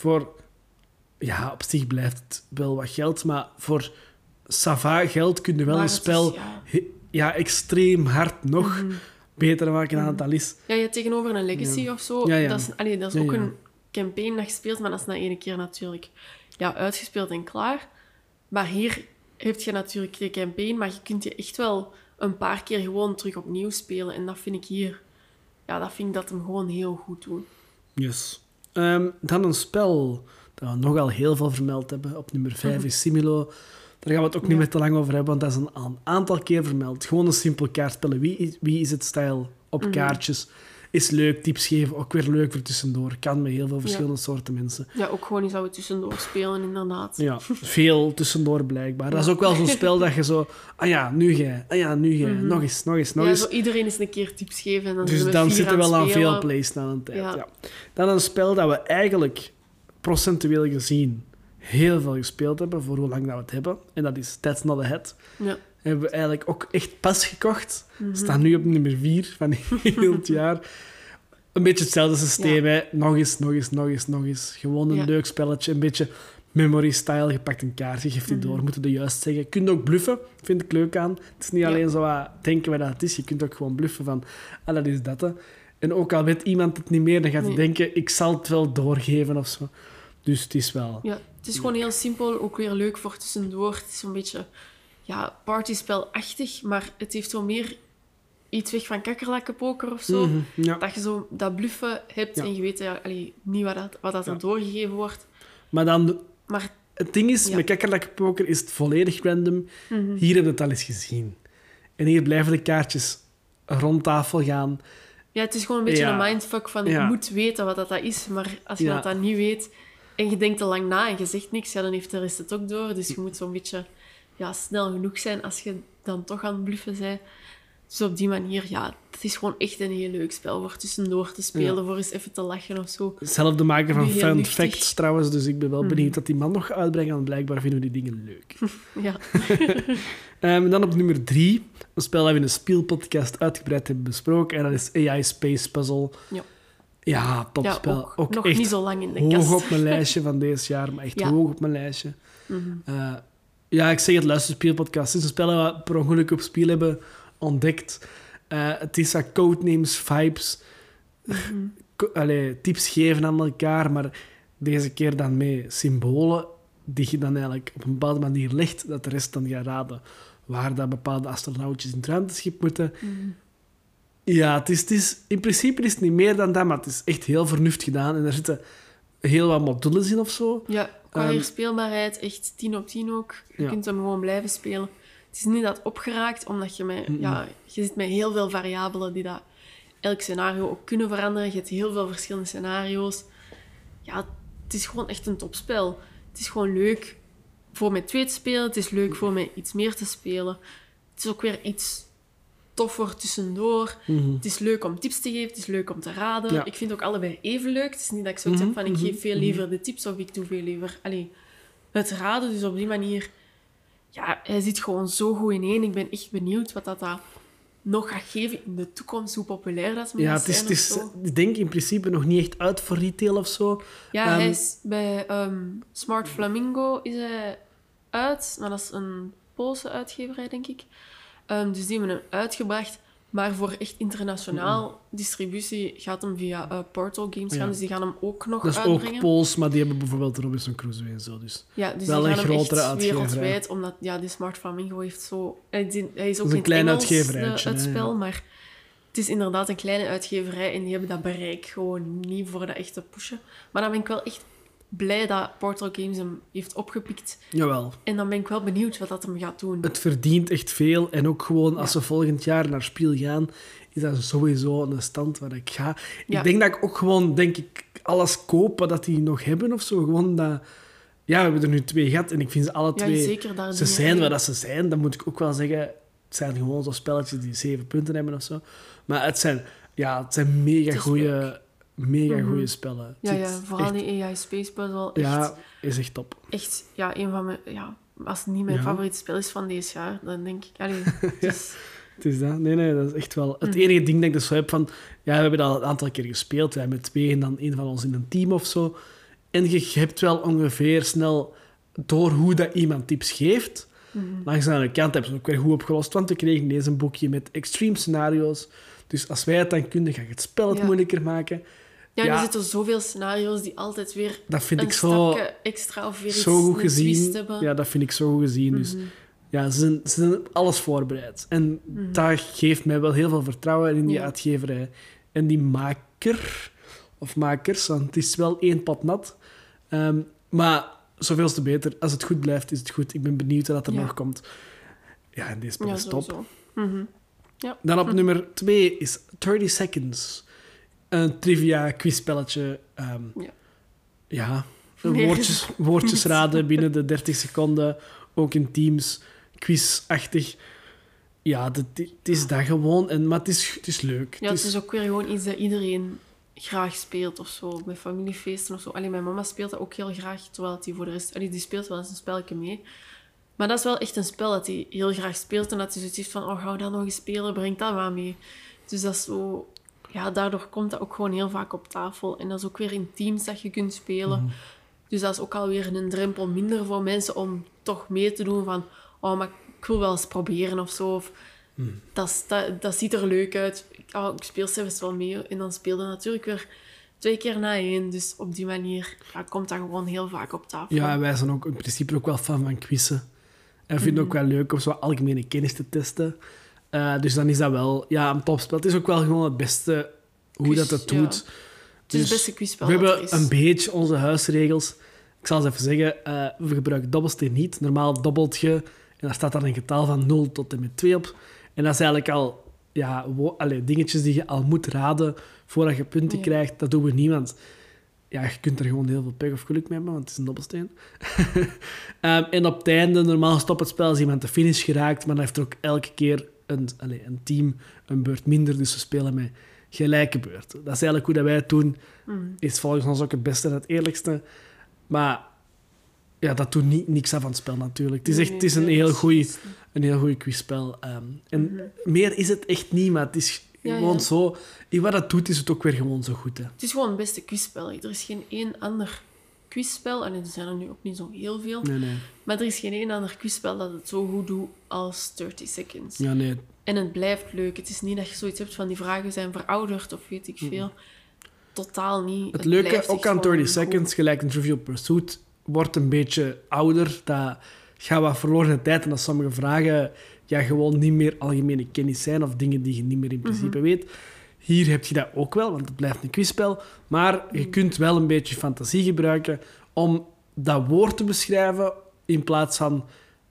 op zich blijft het wel wat geld, maar voor Sava geld kun je wel Maar een het is, spel extreem hard nog beter maken dan het al is. Ja, tegenover een Legacy of zo, Ja, ja. dat is Ja, ook ja. een campaign dat je speelt, maar dat is na 1 keer natuurlijk uitgespeeld en klaar. Maar hier heb je natuurlijk de campaign, maar je kunt je echt wel een paar keer gewoon terug opnieuw spelen. En dat vind ik hier... Ja, dat vind ik dat hem gewoon heel goed doet. Yes. Dan een spel dat we nogal heel veel vermeld hebben. Op nummer 5 is Simulo. Daar gaan we het ook niet meer te lang over hebben, want dat is een aantal keer vermeld. Gewoon een simpel kaartspellen. Wie is het stijl op kaartjes? Is leuk, tips geven, ook weer leuk voor tussendoor. Kan met heel veel verschillende soorten mensen. Ja, ook gewoon eens dat we tussendoor spelen, inderdaad. Ja, veel tussendoor blijkbaar. Dat is ook wel zo'n spel dat je zo... nu jij. Nog eens. Zo iedereen eens een keer tips geven. En dan Dus zijn we dan 4 zitten we wel aan spelen. veel plays na een tijd. Ja. Ja. Dan een spel dat we eigenlijk procentueel gezien heel veel gespeeld hebben, voor hoe lang dat we het hebben. En dat is That's Not a Hat. Ja. Hebben we eigenlijk ook echt pas gekocht. Staat nu op nummer 4 van heel het jaar. Een beetje hetzelfde systeem, hè. Nog eens. Gewoon een leuk spelletje, een beetje memory-style. Je pakt een kaartje, geeft die door, moeten de juist zeggen. Je kunt ook bluffen, vind ik leuk aan. Het is niet alleen zo denken we dat het is, je kunt ook gewoon bluffen van, dat is dat, hè. En ook al weet iemand het niet meer, dan gaat hij denken, ik zal het wel doorgeven of zo. Dus het is wel... Ja, het is gewoon heel simpel, ook weer leuk voor tussendoor. Het is zo'n beetje partyspelachtig, maar het heeft zo meer iets weg van kakkerlakkenpoker of zo. Ja. Dat je zo dat bluffen hebt en je weet niet wat dat er doorgegeven wordt. Maar dan... Maar Het ding is, met kakkerlakkenpoker is het volledig random. Hier heb je het al eens gezien. En hier blijven de kaartjes rond tafel gaan. Ja, het is gewoon een beetje een mindfuck van ik moet weten wat dat is, maar als je dat dan niet weet en je denkt te lang na en je zegt niks, dan heeft de rest het ook door. Dus je moet zo'n beetje snel genoeg zijn als je dan toch aan het bluffen bent. Dus op die manier, het is gewoon echt een heel leuk spel voor tussendoor te spelen, voor eens even te lachen of zo. Zelf de maker van Fun Facts trouwens, dus ik ben wel benieuwd dat die man nog gaat uitbrengen, want blijkbaar vinden we die dingen leuk. Ja. Dan op nummer 3, een spel dat we in een Spielpodcast uitgebreid hebben besproken, en dat is AI Space Puzzle. Ja, topspel. Ja, ook nog echt niet zo lang in de hoog kast. op mijn lijstje van deze jaar, maar echt hoog op mijn lijstje. Ik zeg het, luister, Spielpodcast. Het is een spel dat we per ongeluk op Spiel hebben ontdekt. Het is codenames, vibes, tips geven aan elkaar, maar deze keer dan met symbolen die je dan eigenlijk op een bepaalde manier legt, dat de rest dan gaat raden waar dat bepaalde astronautjes in het ruimteschip moeten. Ja, het is, in principe is het niet meer dan dat, maar het is echt heel vernuft gedaan. En er zitten heel wat modules in of zo. Ja, qua speelbaarheid echt 10 op 10 ook. Je kunt hem gewoon blijven spelen. Het is niet dat opgeraakt, omdat je je zit met heel veel variabelen die dat elk scenario ook kunnen veranderen. Je hebt heel veel verschillende scenario's. Ja, het is gewoon echt een topspel. Het is gewoon leuk voor met 2 te spelen. Het is leuk voor met iets meer te spelen. Het is ook weer iets toffer tussendoor. Het is leuk om tips te geven. Het is leuk om te raden. Ja. Ik vind ook allebei even leuk. Het is niet dat ik zoiets heb van ik geef veel liever de tips of ik doe veel liever het raden. Dus op die manier... Ja, hij zit gewoon zo goed ineen. Ik ben echt benieuwd wat dat nog gaat geven in de toekomst, hoe populair dat gaat zijn. Het is ik denk in principe nog niet echt uit voor retail of zo. Ja, hij is bij Smart Flamingo is hij uit. Maar dat is een Poolse uitgeverij, denk ik. Dus die hebben hem uitgebracht. Maar voor echt internationaal distributie gaat hem via Portal Games gaan. Dus die gaan hem ook nog uitbrengen. Dat is ook Pools, maar die hebben bijvoorbeeld Robinson Crusoe en zo. Dus, dus wel die een gaan grotere hem echt uitgeverij. Wereldwijd, omdat die Smart Flamingo heeft zo... Hij is ook een in klein het Engels, het spel, ja. maar het is inderdaad een kleine uitgeverij en die hebben dat bereik gewoon niet voor dat echt te pushen. Maar dan ben ik wel echt blij dat Portal Games hem heeft opgepikt. Jawel. En dan ben ik wel benieuwd wat dat hem gaat doen. Het verdient echt veel. En ook gewoon, als we volgend jaar naar Spiel gaan, is dat sowieso een stand waar ik ga. Ik denk dat ik ook gewoon, alles koop wat die nog hebben of zo. Gewoon dat... Ja, we hebben er nu 2 gehad en ik vind ze alle 2... Zeker, ze zijn wat ze zijn. Dan moet ik ook wel zeggen, het zijn gewoon zo'n spelletjes die 7 punten hebben of zo. Maar het zijn mega goede spellen. Ja, vooral die AI Space Puzzle. Echt, ja, is echt top. Echt, een van mijn... Ja, als het niet mijn favoriete spel is van deze jaar, dan denk ik... Het is dat. Nee, dat is echt wel... Het enige ding dat ik dus zo heb van... Ja, we hebben dat al een aantal keer gespeeld. Wij met 2 en dan een van ons in een team of zo. En je hebt wel ongeveer snel door hoe dat iemand tips geeft. Langs de andere kant hebben ze ook weer goed opgelost. Want we kregen deze een boekje met extreme scenario's. Dus als wij het dan kunnen, ga ik het spel het moeilijker maken. Ja, er zitten zoveel scenario's die altijd weer dat vind een ik zo, stapje extra of weer zo iets goed gezien. hebben. Ja, dat vind ik zo goed gezien. Dus ja, ze zijn alles voorbereid. En dat geeft mij wel heel veel vertrouwen in die uitgeverij. En die maker, of makers, want het is wel 1 pot nat. Maar zoveel te beter. Als het goed blijft, is het goed. Ik ben benieuwd wat er nog komt. Ja, en deze spel is top. Ja. Dan op nummer 2 is 30 Seconds. Een trivia quizspelletje. Woordjes raden binnen de 30 seconden. Ook in teams. Quizachtig. Ja, het is dat gewoon. Maar het is leuk. Ja, het is ook weer gewoon iets dat iedereen graag speelt of zo. Bij familiefeesten of zo. Allee, mijn mama speelt dat ook heel graag, terwijl die voor de rest... die speelt wel eens een spelletje mee. Maar dat is wel echt een spel dat hij heel graag speelt en dat hij zoiets heeft van, ga dat nog eens spelen, breng dat maar mee. Dus dat is zo... Ja, daardoor komt dat ook gewoon heel vaak op tafel. En dat is ook weer in teams dat je kunt spelen. Dus dat is ook alweer een drempel minder voor mensen om toch mee te doen van, maar ik wil wel eens proberen of zo. Of, dat ziet er leuk uit. Ik speel zelfs wel mee. En dan speelde natuurlijk weer 2 keer na 1. Dus op die manier komt dat gewoon heel vaak op tafel. Ja, wij zijn ook in principe ook wel fan van quizzen. En vinden het ook wel leuk om zo algemene kennis te testen. Dus dan is dat wel een topspel. Het is ook wel gewoon het beste hoe dat het doet. Ja. Het is het beste quizspel we dat er hebben is. een beetje onze huisregels. Ik zal eens even zeggen, we gebruiken dobbelsteen niet. Normaal dobbelt je en daar staat dan een getal van 0 tot en met 2 op. En dat is eigenlijk al dingetjes die je al moet raden voordat je punten krijgt. Dat doen we niet, want je kunt er gewoon heel veel pech of geluk mee hebben, want het is een dobbelsteen. En op het einde, normaal stopt het spel als iemand de finish geraakt, maar dan heeft er ook elke keer een team een beurt minder, dus we spelen met gelijke beurten. Dat is eigenlijk hoe dat wij het doen. Is volgens ons ook het beste en het eerlijkste. Maar ja, dat doet niks af van het spel natuurlijk. Het is een heel goed quizspel. En meer is het echt niet, maar het is gewoon zo... Wat dat doet, is het ook weer gewoon zo goed. Hè. Het is gewoon het beste quizspel. Er is geen één ander quizspel, en er zijn er nu ook niet zo heel veel, Nee. maar er is geen één ander quizspel dat het zo goed doet als 30 Seconds. Ja, nee. En het blijft leuk. Het is niet dat je zoiets hebt van die vragen zijn verouderd of weet ik veel. Totaal niet. Het leuke, blijft ook echt aan gewoon 30 Seconds, goed. gelijk in Trivial Pursuit, wordt een beetje ouder. Dat gaat wat verloren tijd en dat sommige vragen gewoon niet meer algemene kennis zijn of dingen die je niet meer in principe weet. Hier heb je dat ook wel, want het blijft een quizspel. Maar je kunt wel een beetje fantasie gebruiken om dat woord te beschrijven in plaats van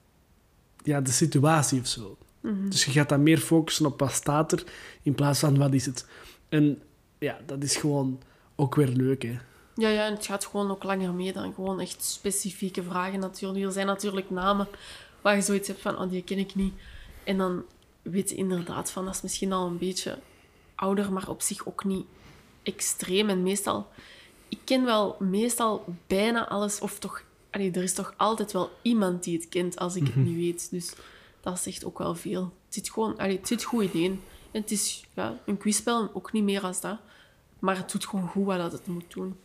de situatie of zo. Dus je gaat dan meer focussen op wat staat er in plaats van wat is het. En ja, dat is gewoon ook weer leuk, hè. Ja, en het gaat gewoon ook langer mee dan gewoon echt specifieke vragen natuurlijk. Er zijn natuurlijk namen waar je zoiets hebt van, die ken ik niet. En dan weet je inderdaad van, dat is misschien al een beetje ouder, maar op zich ook niet extreem. En ik ken wel meestal bijna alles, of toch, er is toch altijd wel iemand die het kent als ik het niet weet. Dus dat zegt ook wel veel. Het zit goed in. En het is een quizspel, ook niet meer als dat. Maar het doet gewoon goed wat het moet doen.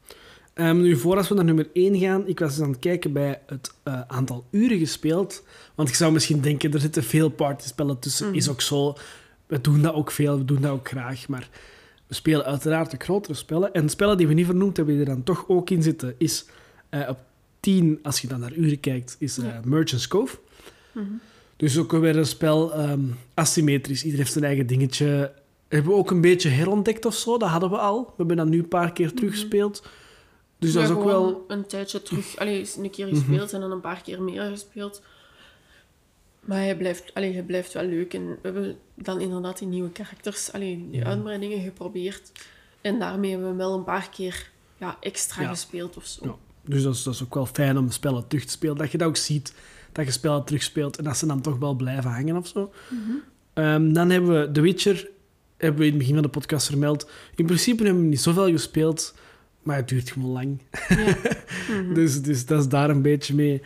Nu, voordat we naar nummer 1 gaan, ik was eens aan het kijken bij het aantal uren gespeeld. Want ik zou misschien denken, er zitten veel partyspellen tussen. Is ook zo. We doen dat ook veel, we doen dat ook graag. Maar we spelen uiteraard de grotere spellen. En de spellen die we niet vernoemd hebben, die er dan toch ook in zitten, is op 10, als je dan naar uren kijkt, is Merchant's Cove. Dus ook weer een spel asymmetrisch. Iedereen heeft zijn eigen dingetje. Hebben we ook een beetje herontdekt of zo? Dat hadden we al. We hebben dat nu een paar keer teruggespeeld. Dus dat is ook wel... een tijdje terug. Een keer gespeeld en dan een paar keer meer gespeeld. Maar hij blijft wel leuk. En we hebben dan inderdaad die nieuwe karakters, die uitbreidingen geprobeerd. En daarmee hebben we wel een paar keer extra gespeeld of zo. Ja. Dus dat is ook wel fijn om spellen terug te spelen. Dat je dat ook ziet, dat je spellen terugspeelt en dat ze dan toch wel blijven hangen of zo. Dan hebben we The Witcher, hebben we in het begin van de podcast vermeld. In principe hebben we niet zoveel gespeeld, maar het duurt gewoon lang. Ja. Dus dat is daar een beetje mee.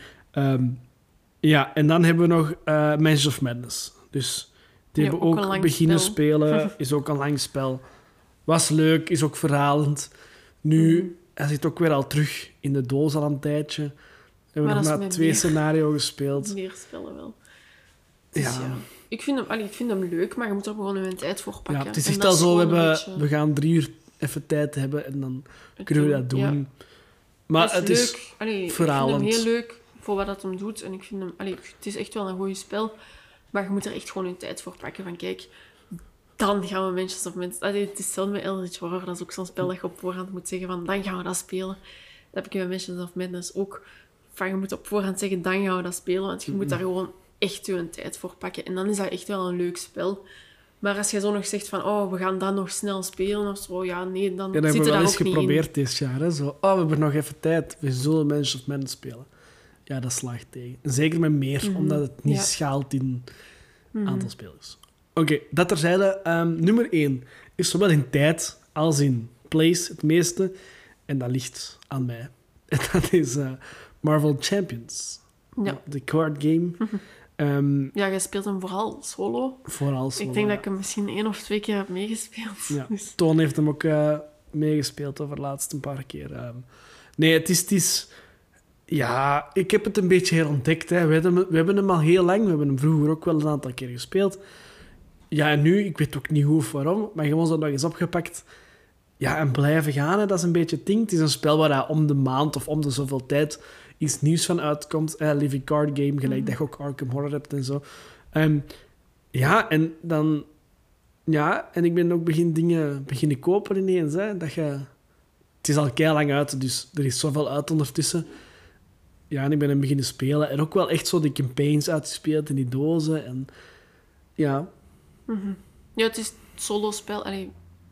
En dan hebben we nog Mansions of Madness. Dus die hebben ook beginnen spelen. Is ook een lang spel. Was leuk, is ook verhalend. Nu, hij zit ook weer al terug in de doos al een tijdje. We hebben nog maar 2 scenario's gespeeld. Meer spellen wel. Dus ik vind hem leuk, maar je moet er gewoon een tijd voor pakken. Ja, het is echt al zo, we gaan 3 uur even tijd hebben en dan kunnen we dat doen. Ja. Maar het is verhalend. Ik vind hem heel leuk voor wat dat hem doet. En ik vind hem... het is echt wel een goed spel. Maar je moet er echt gewoon een tijd voor pakken. Van kijk, dan gaan we Mansions of Madness... het is hetzelfde met Eldritch Horror. Dat is ook zo'n spel dat je op voorhand moet zeggen van... Dan gaan we dat spelen. Dat heb ik bij Mansions of Madness ook. Van, je moet op voorhand zeggen, dan gaan we dat spelen. Want je moet daar gewoon echt je tijd voor pakken. En dan is dat echt wel een leuk spel. Maar als je zo nog zegt van, we gaan dat nog snel spelen of zo, dan zit je daar ook niet in. Dat hebben we wel eens geprobeerd dit jaar. Hè? Zo, we hebben nog even tijd. We zullen Mansions of Madness spelen. Ja, dat slaagt tegen. Zeker met meer, omdat het niet schaalt in aantal spelers. Oké, dat terzijde. Nummer 1 is zowel in tijd als in place het meeste. En dat ligt aan mij. En dat is Marvel Champions. Ja. De card game. Je speelt hem vooral solo. Vooral solo. Ik denk dat ik hem misschien 1 of 2 keer heb meegespeeld. Ja. Dus. Toon heeft hem ook meegespeeld over laatst een paar keer. Nee, het is... Ja, ik heb het een beetje herontdekt. Hè. We hebben hem al heel lang. We hebben hem vroeger ook wel een aantal keer gespeeld. Ja, en nu, ik weet ook niet hoe of waarom, maar gewoon zo nog eens opgepakt. Ja, en blijven gaan, hè. Dat is een beetje het ding. Het is een spel waar om de maand of om de zoveel tijd iets nieuws van uitkomt. Living Card Game, gelijk dat je ook Arkham Horror hebt en zo. Ja, en dan... Ja, en ik ben ook beginnen kopen ineens. Hè, dat je... Het is al keilang uit, dus er is zoveel uit ondertussen. Ja, en ik ben hem beginnen spelen. En ook wel echt zo die campaigns uitgespeeld in die dozen. En ja. Ja, het is het solospel. Allee,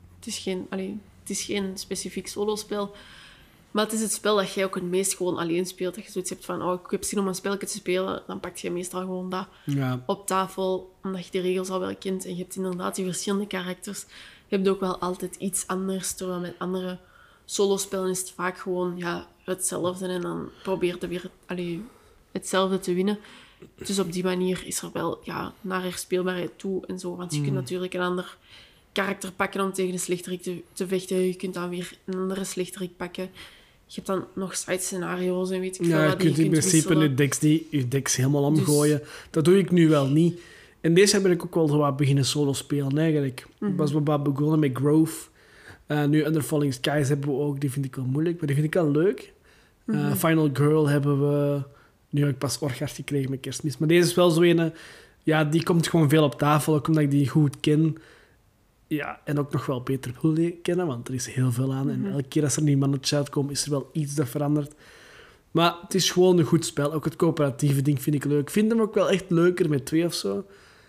het is geen specifiek solospel. Maar het is het spel dat jij ook het meest gewoon alleen speelt. Dat je zoiets hebt van, oh, ik heb zin om een spelletje te spelen. Dan pak je meestal gewoon dat op tafel. Omdat je de regels al wel kent. En je hebt inderdaad die verschillende karakters. Je hebt ook wel altijd iets anders. Terwijl met andere solospellen is het vaak gewoon hetzelfde. En dan probeer je weer hetzelfde te winnen. Dus op die manier is er wel naar herspeelbaarheid toe en zo. Want je kunt natuurlijk een ander karakter pakken om tegen een slechterik te vechten. Je kunt dan weer een andere slechterik pakken. Je hebt dan nog side-scenario's en weet ik veel wat. Je kunt in principe je decks helemaal omgooien. Dus... Dat doe ik nu wel niet. En deze ben ik ook wel zo wat beginnen solo spelen eigenlijk. Ik was wat begonnen met Grove. Nu Under Falling Skies hebben we ook. Die vind ik wel moeilijk, maar die vind ik wel leuk. Final Girl hebben we... Nu heb ik pas Orchard gekregen met Kerstmis. Maar deze is wel zo een... Ja, die komt gewoon veel op tafel, ook omdat ik die goed ken. Ja, en ook nog wel beter wil kennen, want er is heel veel aan. En elke keer als er een mannetje uitkomt, is er wel iets dat verandert. Maar het is gewoon een goed spel. Ook het coöperatieve ding vind ik leuk. Ik vind hem ook wel echt leuker met 2 of zo.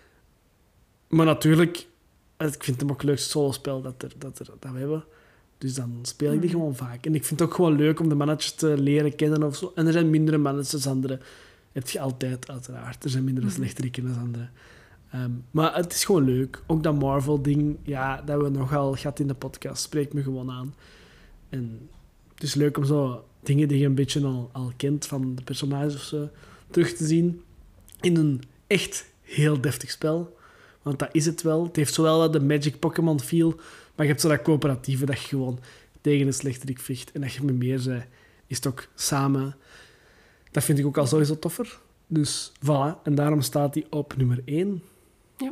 Maar natuurlijk, ik vind hem ook het leukste solospel dat we hebben. Dus dan speel ik die gewoon vaak. En ik vind het ook gewoon leuk om de mannetjes te leren kennen of zo. En er zijn mindere mannetjes dan andere. Heb je altijd, uiteraard. Er zijn mindere slechteriken dan andere. Maar het is gewoon leuk. Ook dat Marvel-ding, dat we nogal gehad in de podcast, spreekt me gewoon aan. En het is leuk om zo dingen die je een beetje al kent van de personages of zo, terug te zien in een echt heel deftig spel. Want dat is het wel. Het heeft zowel de Magic Pokémon feel, maar je hebt zo dat coöperatieve dat je gewoon tegen een slechterik vecht. En dat je met meer zei, is het ook samen. Dat vind ik ook al sowieso toffer. Dus voilà. En daarom staat hij op nummer 1. Ja.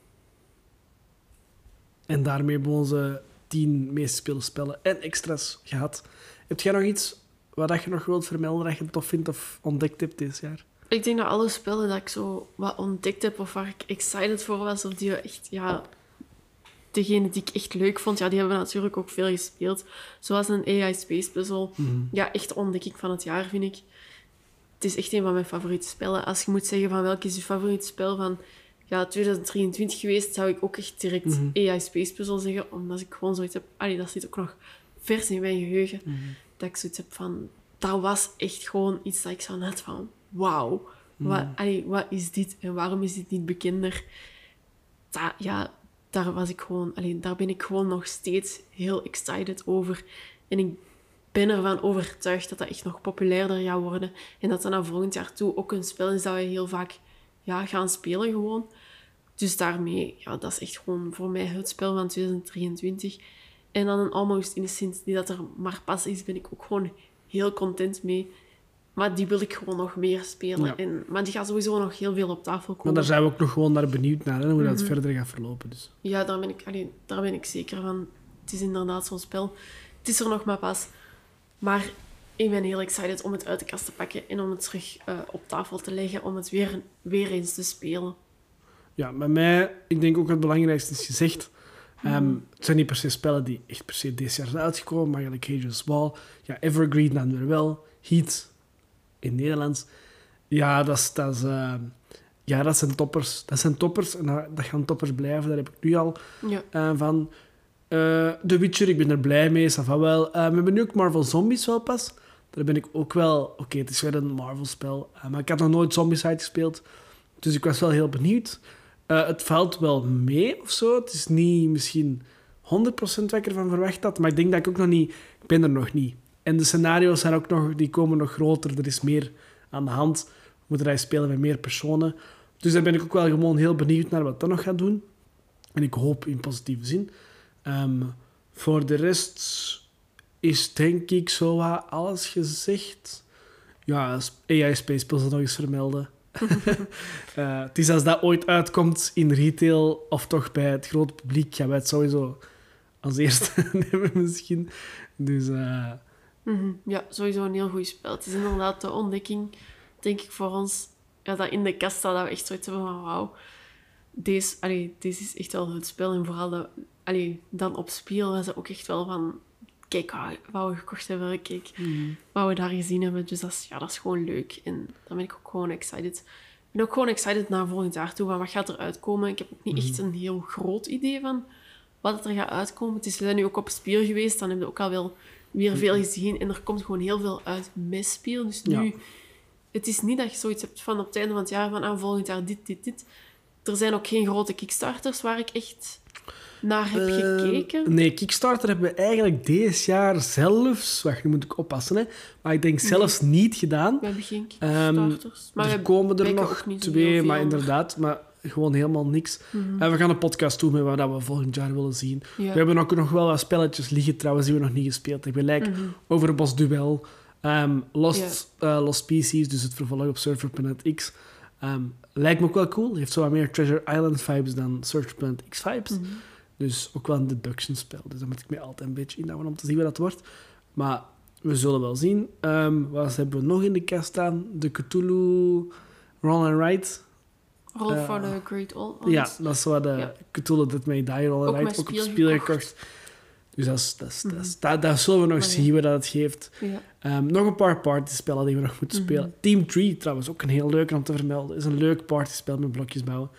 En daarmee hebben we onze 10 meest gespeelde spellen en extra's gehad. Heb jij nog iets wat je nog wilt vermelden dat je tof vindt of ontdekt hebt dit jaar? Ik denk dat alle spellen dat ik zo wat ontdekt heb of waar ik excited voor was, of die echt, degene die ik echt leuk vond, die hebben we natuurlijk ook veel gespeeld. Zoals een AI Space Puzzle. Ja, echt de ontdekking van het jaar, vind ik. Het is echt een van mijn favoriete spellen. Als je moet zeggen van welk is je favoriete spel van 2023 geweest, zou ik ook echt direct AI Space Puzzle zeggen, omdat ik gewoon zoiets heb... dat zit ook nog vers in mijn geheugen. Dat ik zoiets heb van... Dat was echt gewoon iets dat ik zo net van... Wauw, wat is dit? En waarom is dit niet bekender? Daar was ik gewoon... daar ben ik gewoon nog steeds heel excited over. En ik ben ervan overtuigd dat dat echt nog populairder gaat worden. En dat dat naar volgend jaar toe ook een spel is dat we heel vaak gaan spelen gewoon. Dus daarmee, dat is echt gewoon voor mij het spel van 2023. En dan een Almost Innocent, die dat er maar pas is, ben ik ook gewoon heel content mee. Maar die wil ik gewoon nog meer spelen. Ja. Maar die gaat sowieso nog heel veel op tafel komen. Maar daar zijn we ook nog gewoon naar benieuwd naar, hoe dat verder gaat verlopen. Dus. Ja, daar ben ik zeker van. Het is inderdaad zo'n spel. Het is er nog maar pas. Maar ik ben heel excited om het uit de kast te pakken en om het terug op tafel te leggen, om het weer eens te spelen. Ja, bij mij, ik denk ook het belangrijkste is gezegd. Het zijn niet per se spellen die echt per se dit jaar zijn uitgekomen, maar eigenlijk Cage's Wall. Ja, Evergreen dan weer wel. Heat in het Nederlands. Ja, dat zijn toppers. Dat zijn toppers en dat gaan toppers blijven. Daar heb ik nu al van. The Witcher, ik ben er blij mee. Ça va wel. We hebben nu ook Marvel Zombies wel pas. Daar ben ik ook wel... Oké, het is weer een Marvel-spel. Maar ik had nog nooit Zombies uitgespeeld. Dus ik was wel heel benieuwd. Het valt wel mee of zo. Het is niet misschien 100% wat ik ervan verwacht had. Maar ik denk dat ik ook nog niet... Ik ben er nog niet. En de scenario's zijn ook nog... Die komen nog groter. Er is meer aan de hand. We moeten daar spelen met meer personen. Dus daar ben ik ook wel gewoon heel benieuwd naar wat dat nog gaat doen. En ik hoop in positieve zin. Voor de rest is denk ik zo wat alles gezegd. Ja, AI Space Puzzle nog eens vermelden. Het is als dat ooit uitkomt in retail of toch bij het grote publiek, gaan wij het sowieso als eerste nemen misschien. Dus, Ja, sowieso een heel goed spel. Het is inderdaad de ontdekking, denk ik, voor ons, dat in de kast staat, dat we echt zoiets hebben van wauw. deze is echt wel het spel. En vooral dan op speel was het ook echt wel van... Kijk wat we gekocht hebben, kijk wat we daar gezien hebben. Dus dat is gewoon leuk. En dan ben ik ook gewoon excited. Ik ben ook gewoon excited naar volgend jaar toe. Van wat gaat er uitkomen? Ik heb ook niet echt een heel groot idee van wat er gaat uitkomen. We zijn nu ook op speel geweest. Dan hebben we ook al wel weer veel gezien. En er komt gewoon heel veel uit met speel. Dus nu... Het is niet dat je zoiets hebt van op het einde van het jaar... van volgend jaar dit. Er zijn ook geen grote kickstarters waar ik echt naar heb gekeken. Nee, Kickstarter hebben we eigenlijk deze jaar zelfs... Wacht, nu moet ik oppassen, hè. Maar ik denk zelfs niet gedaan. We hebben geen Kickstarters. Maar er komen er nog ook niet 2, maar inderdaad... Maar gewoon helemaal niks. En we gaan een podcast doen met wat we volgend jaar willen zien. Ja. We hebben ook nog wel wat spelletjes liggen, trouwens, die we nog niet gespeeld hebben. Like Overboss Duel, Lost Species, dus het vervolg op Surfer Planet X. Lijkt me ook wel cool. Heeft zo wat meer Treasure Island vibes dan Surfer Planet X vibes. Dus ook wel een deduction spel. Dus daar moet ik mij altijd een beetje inhouden om te zien wat dat wordt. Maar we zullen wel zien. Wat hebben we nog in de kast staan? De Cthulhu Roll and Ride. Roll for the Great Old Ones. Ja, dat is wat de Cthulhu That May Die Roll and Ride. Ook op speel gekocht. Dus dat zullen we nog zien wat dat het geeft. Ja. Nog een paar partyspellen die we nog moeten spelen. Team Tree, trouwens, ook een heel leuk om te vermelden. Is een leuk partyspel met blokjes bouwen.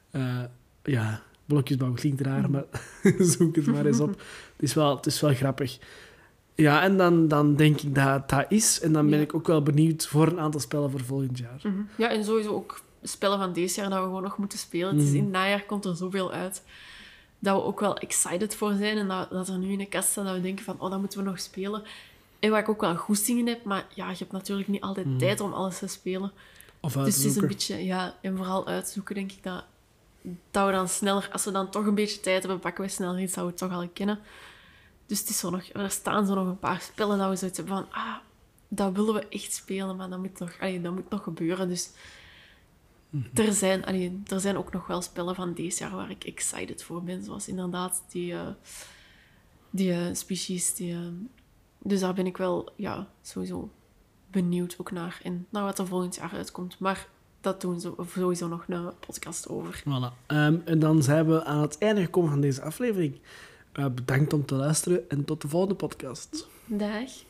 Blokjes bouwen klinkt raar, maar zoek het maar eens op. Het is wel grappig. Ja, en dan denk ik dat dat is. En dan ben ik ook wel benieuwd voor een aantal spellen voor volgend jaar. Ja, en sowieso ook spellen van deze jaar dat we gewoon nog moeten spelen. Het is in het najaar komt er zoveel uit dat we ook wel excited voor zijn. En dat er nu in de kast staat dat we denken van, dat moeten we nog spelen. En waar ik ook wel goesting in heb, maar ja, je hebt natuurlijk niet altijd tijd om alles te spelen. Of dus het is een beetje, en vooral uitzoeken, denk ik dat we dan sneller, als we dan toch een beetje tijd hebben, pakken we sneller iets dat we toch al kennen. Dus het is zo nog, er staan zo nog een paar spellen dat we zoiets hebben van, dat willen we echt spelen, maar dat moet nog gebeuren. Dus er zijn ook nog wel spellen van deze jaar waar ik excited voor ben, zoals inderdaad die Species. Dus daar ben ik wel sowieso benieuwd ook naar. En naar wat er volgend jaar uitkomt. Maar dat doen we sowieso nog een podcast over. Voilà. En dan zijn we aan het einde gekomen van deze aflevering. Bedankt om te luisteren en tot de volgende podcast. Dag.